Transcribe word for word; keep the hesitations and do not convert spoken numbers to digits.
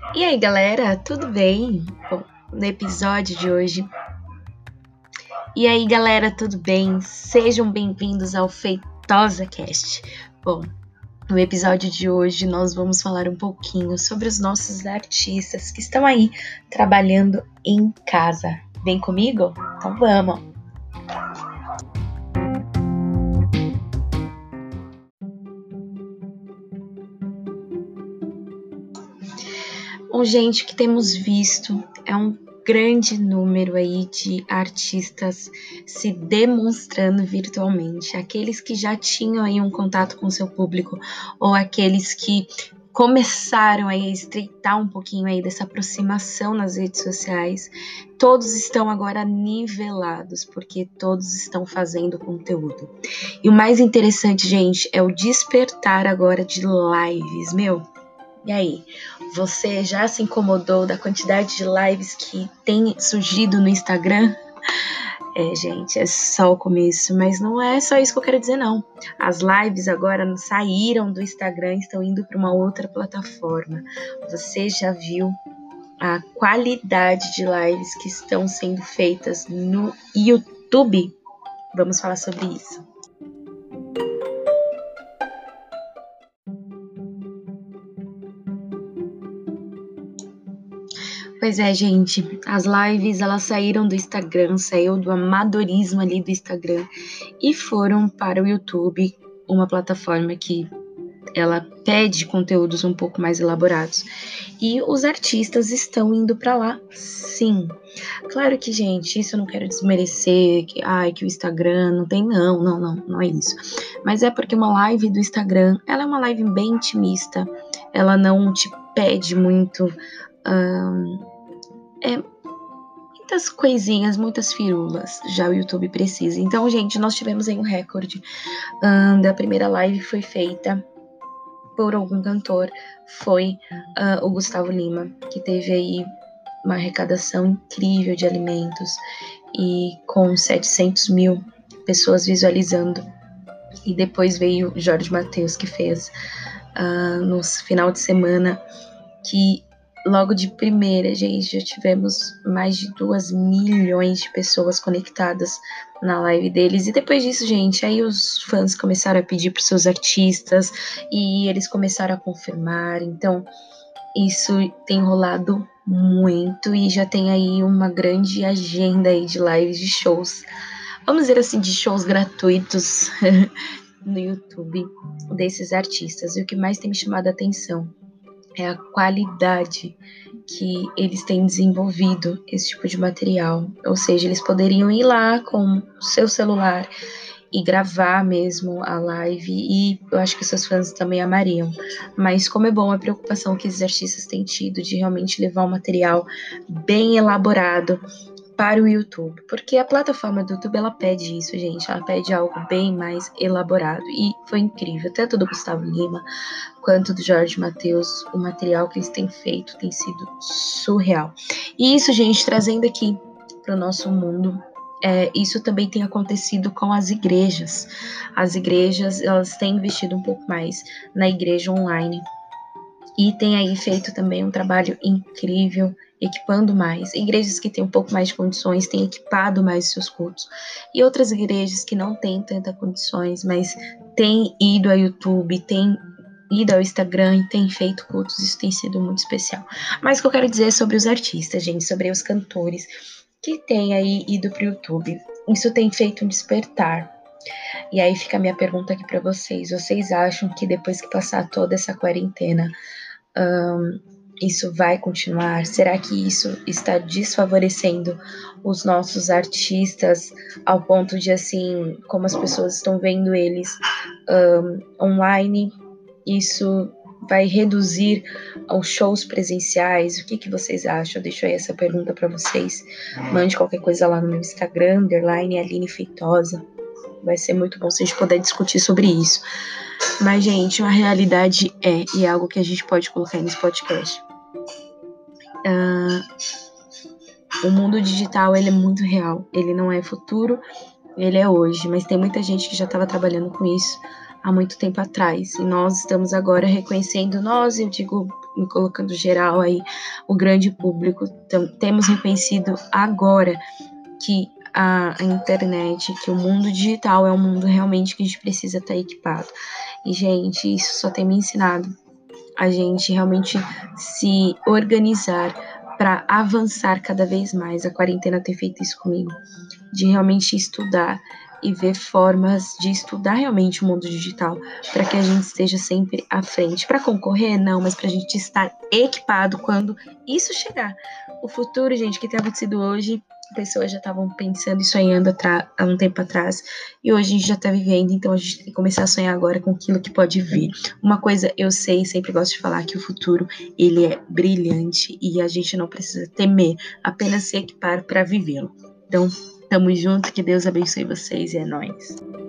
E aí, galera, tudo bem? Bom, no episódio de hoje. E aí, galera, tudo bem? Sejam bem-vindos ao Feitosa Cast. Bom, no episódio de hoje nós vamos falar um pouquinho sobre os nossos artistas que estão aí trabalhando em casa. Vem comigo? Então vamos! Bom, gente, o que temos visto é um grande número aí de artistas se demonstrando virtualmente. Aqueles que já tinham aí um contato com o seu público ou aqueles que começaram aí a estreitar um pouquinho aí dessa aproximação nas redes sociais, todos estão agora nivelados, porque todos estão fazendo conteúdo. E o mais interessante, gente, é o despertar agora de lives, meu. E aí, você já se incomodou da quantidade de lives que tem surgido no Instagram? É, gente, é só o começo, mas não é só isso que eu quero dizer, não. As lives agora saíram do Instagram e estão indo para uma outra plataforma. Você já viu a qualidade de lives que estão sendo feitas no YouTube? Vamos falar sobre isso. Pois é, gente, as lives elas saíram do Instagram, saiu do amadorismo ali do Instagram e foram para o YouTube, uma plataforma que ela pede conteúdos um pouco mais elaborados. E os artistas estão indo para lá, sim. Claro que, gente, isso eu não quero desmerecer, que, ai, que o Instagram não tem, não, não, não, não é isso. Mas é porque uma live do Instagram, ela é uma live bem intimista, ela não te pede muito... Hum, É, muitas coisinhas, muitas firulas, já o YouTube precisa. Então, gente, nós tivemos aí um recorde. Um, da primeira live foi feita por algum cantor, foi uh, o Gustavo Lima, que teve aí uma arrecadação incrível de alimentos e com setecentos mil pessoas visualizando. E depois veio o Jorge Mateus, que fez uh, no final de semana, que logo de primeira, gente, já tivemos mais de duas milhões de pessoas conectadas na live deles. E depois disso, gente, aí os fãs começaram a pedir para os seus artistas e eles começaram a confirmar. Então, isso tem rolado muito e já tem aí uma grande agenda aí de lives, de shows. Vamos dizer assim, de shows gratuitos no YouTube desses artistas. E o que mais tem me chamado a atenção é a qualidade que eles têm desenvolvido esse tipo de material. Ou seja, eles poderiam ir lá com o seu celular e gravar mesmo a live, e eu acho que seus fãs também amariam. Mas como é bom a preocupação que esses artistas têm tido de realmente levar um material bem elaborado para o YouTube, porque a plataforma do YouTube ela pede isso, gente, ela pede algo bem mais elaborado, e foi incrível, tanto do Gustavo Lima quanto do Jorge Mateus, o material que eles têm feito tem sido surreal. E isso, gente, trazendo aqui para o nosso mundo, é, isso também tem acontecido com as igrejas. As igrejas, elas têm investido um pouco mais na igreja online e tem aí feito também um trabalho incrível, equipando mais. Igrejas que têm um pouco mais de condições têm equipado mais seus cultos. E outras igrejas que não têm tantas condições, mas têm ido ao YouTube, têm ido ao Instagram e têm feito cultos. Isso tem sido muito especial. Mas o que eu quero dizer é sobre os artistas, gente, sobre os cantores que têm aí ido para o YouTube. Isso tem feito um despertar. E aí fica a minha pergunta aqui para vocês. Vocês acham que depois que passar toda essa quarentena, um, isso vai continuar? Será que isso está desfavorecendo os nossos artistas ao ponto de, assim, como as pessoas estão vendo eles um, online, isso vai reduzir aos shows presenciais? O que, que vocês acham? Eu deixo aí essa pergunta para vocês. Mande qualquer coisa lá no meu Instagram, underline Aline Feitosa. Vai ser muito bom se a gente puder discutir sobre isso. Mas, gente, a realidade é, e é algo que a gente pode colocar nesse podcast. Uh, o mundo digital, ele é muito real. Ele não é futuro, ele é hoje. Mas tem muita gente que já estava trabalhando com isso há muito tempo atrás. E nós estamos agora reconhecendo, nós, eu digo me colocando geral aí, o grande público. Então, temos reconhecido agora que a, a internet, que o mundo digital é um mundo realmente que a gente precisa estar equipado. E, gente, isso só tem me ensinado a gente realmente se organizar para avançar cada vez mais. A quarentena tem feito isso comigo, de realmente estudar e ver formas de estudar realmente o mundo digital, para que a gente esteja sempre à frente. Para concorrer, não, mas para a gente estar equipado quando isso chegar. O futuro, gente, que tem acontecido hoje, pessoas já estavam pensando e sonhando há um tempo atrás, e hoje a gente já está vivendo, então a gente tem que começar a sonhar agora com aquilo que pode vir. Uma coisa eu sei, sempre gosto de falar, que o futuro, ele é brilhante, e a gente não precisa temer, apenas se equipar para vivê-lo. Então, tamo junto, que Deus abençoe vocês e é nóis.